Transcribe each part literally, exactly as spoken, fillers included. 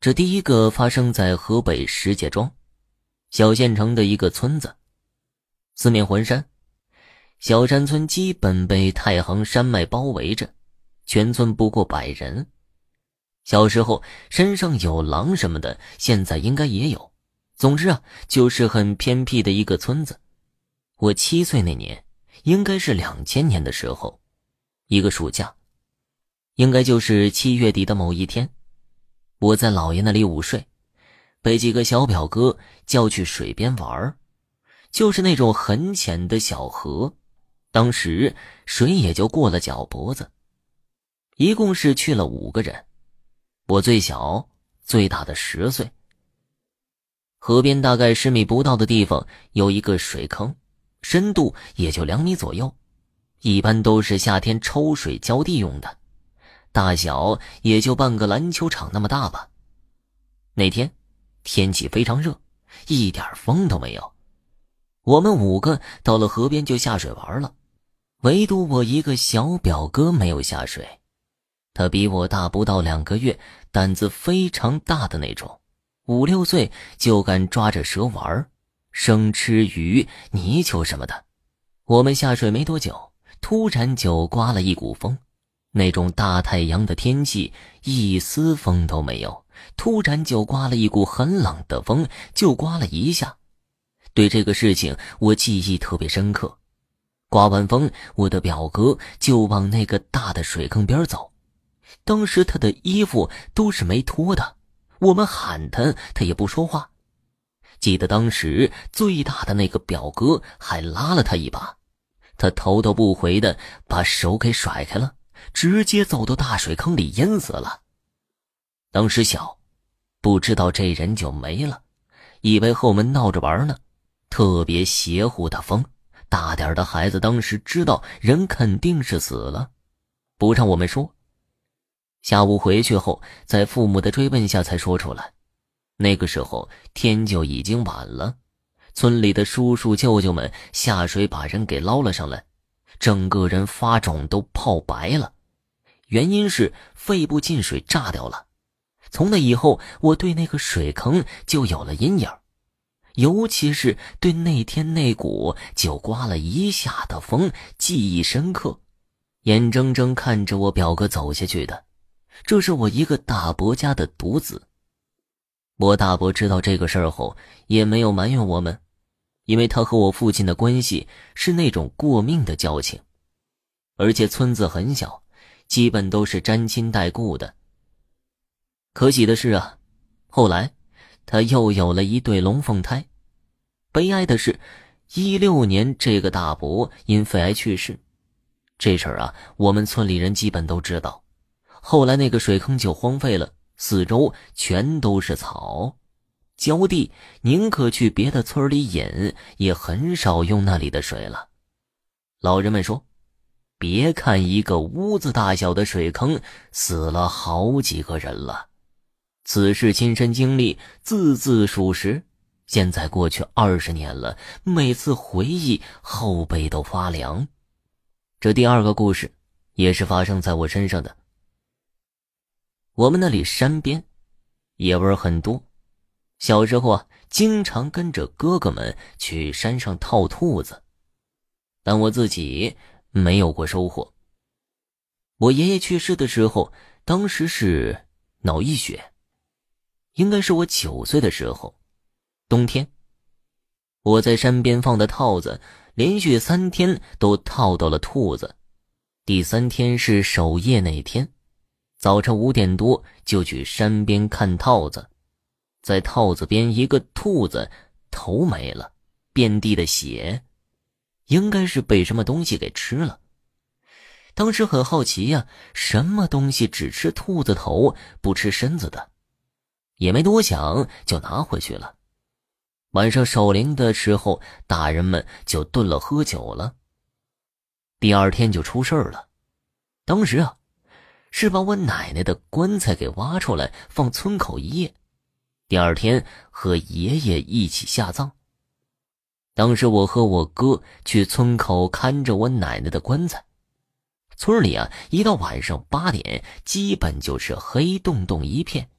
这第一个发生在河北石家庄小县城的一个村子，四面环山，小山村基本被太行山脉包围着，全村不过百人。小时候山上有狼什么的，现在应该也有。总之啊，就是很偏僻的一个村子。我七岁那年，应该是两千年的时候，一个暑假，应该就是七月底的某一天，我在姥爷那里午睡，被几个小表哥叫去水边玩，就是那种很浅的小河，当时水也就过了脚脖子。一共是去了五个人，我最小，最大的十岁。河边大概十米不到的地方有一个水坑，深度也就两米左右，一般都是夏天抽水浇地用的，大小也就半个篮球场那么大吧。那天天气非常热，一点风都没有。我们五个到了河边就下水玩了，唯独我一个小表哥没有下水。他比我大不到两个月，胆子非常大的那种，五六岁就敢抓着蛇玩，生吃鱼、泥鳅什么的。我们下水没多久，突然就刮了一股风，那种大太阳的天气一丝风都没有，突然就刮了一股很冷的风，就刮了一下。对这个事情我记忆特别深刻。刮完风，我的表哥就往那个大的水坑边走，当时他的衣服都是没脱的，我们喊他，他也不说话。记得当时最大的那个表哥还拉了他一把，他头都不回的把手给甩开了，直接走到大水坑里淹死了。当时小，不知道这人就没了，以为后门闹着玩呢。特别邪乎的风，大点的孩子当时知道人肯定是死了，不让我们说。下午回去后，在父母的追问下才说出来。那个时候天就已经晚了，村里的叔叔舅舅们下水把人给捞了上来，整个人发肿都泡白了，原因是肺部进水炸掉了。从那以后，我对那个水坑就有了阴影，尤其是对那天那股就刮了一下的风记忆深刻，眼睁睁看着我表哥走下去的。这是我一个大伯家的独子。我大伯知道这个事儿后也没有埋怨我们，因为他和我父亲的关系是那种过命的交情，而且村子很小，基本都是沾亲带故的。可喜的是啊，后来他又有了一对龙凤胎。悲哀的是一六年这个大伯因肺癌去世。这事儿啊，我们村里人基本都知道。后来那个水坑就荒废了，四周全都是草，浇地宁可去别的村里引，也很少用那里的水了。老人们说，别看一个屋子大小的水坑死了好几个人了，此事亲身经历，字字属实。现在过去二十年了，每次回忆后背都发凉。这第二个故事也是发生在我身上的。我们那里山边野味很多，小时候啊，经常跟着哥哥们去山上套兔子，但我自己没有过收获。我爷爷去世的时候，当时是脑溢血，应该是我九岁的时候，冬天。我在山边放的套子，连续三天都套到了兔子。第三天是守夜那天，早晨五点多就去山边看套子，在套子边一个兔子头没了，遍地的血，应该是被什么东西给吃了。当时很好奇呀、啊，什么东西只吃兔子头不吃身子的，也没多想就拿回去了。晚上守灵的时候，大人们就炖了喝酒了。第二天就出事儿了，当时啊是把我奶奶的棺材给挖出来放村口一夜，第二天和爷爷一起下葬。当时我和我哥去村口看着我奶奶的棺材。村里啊，一到晚上八点基本就是黑洞洞一片，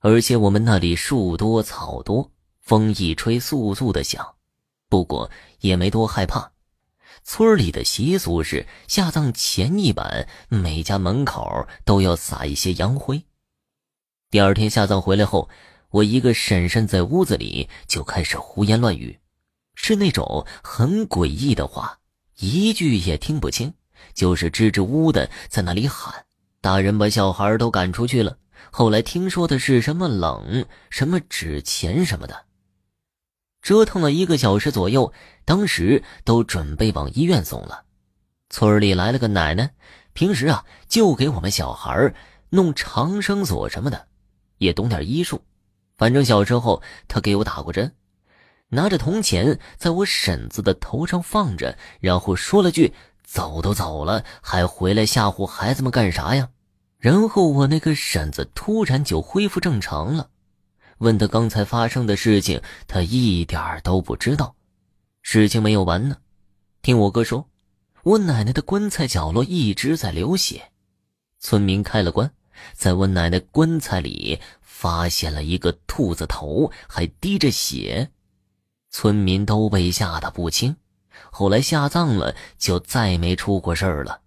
而且我们那里树多草多，风一吹簌簌的响，不过也没多害怕。村里的习俗是下葬前一晚，每家门口都要撒一些洋灰。第二天下葬回来后，我一个婶婶在屋子里就开始胡言乱语，是那种很诡异的话，一句也听不清，就是支支吾吾的在那里喊。大人把小孩都赶出去了，后来听说的是什么冷，什么纸钱什么的。折腾了一个小时左右，当时都准备往医院送了。村里来了个奶奶，平时啊就给我们小孩弄长生锁什么的，也懂点医术。反正小时候她给我打过针，拿着铜钱在我婶子的头上放着，然后说了句走都走了，还回来吓唬孩子们干啥呀？然后我那个婶子突然就恢复正常了。问他刚才发生的事情，他一点都不知道。事情没有完呢，听我哥说，我奶奶的棺材角落一直在流血。村民开了棺，在我奶奶棺材里发现了一个兔子头，还滴着血。村民都被吓得不轻，后来下葬了，就再没出过事儿了。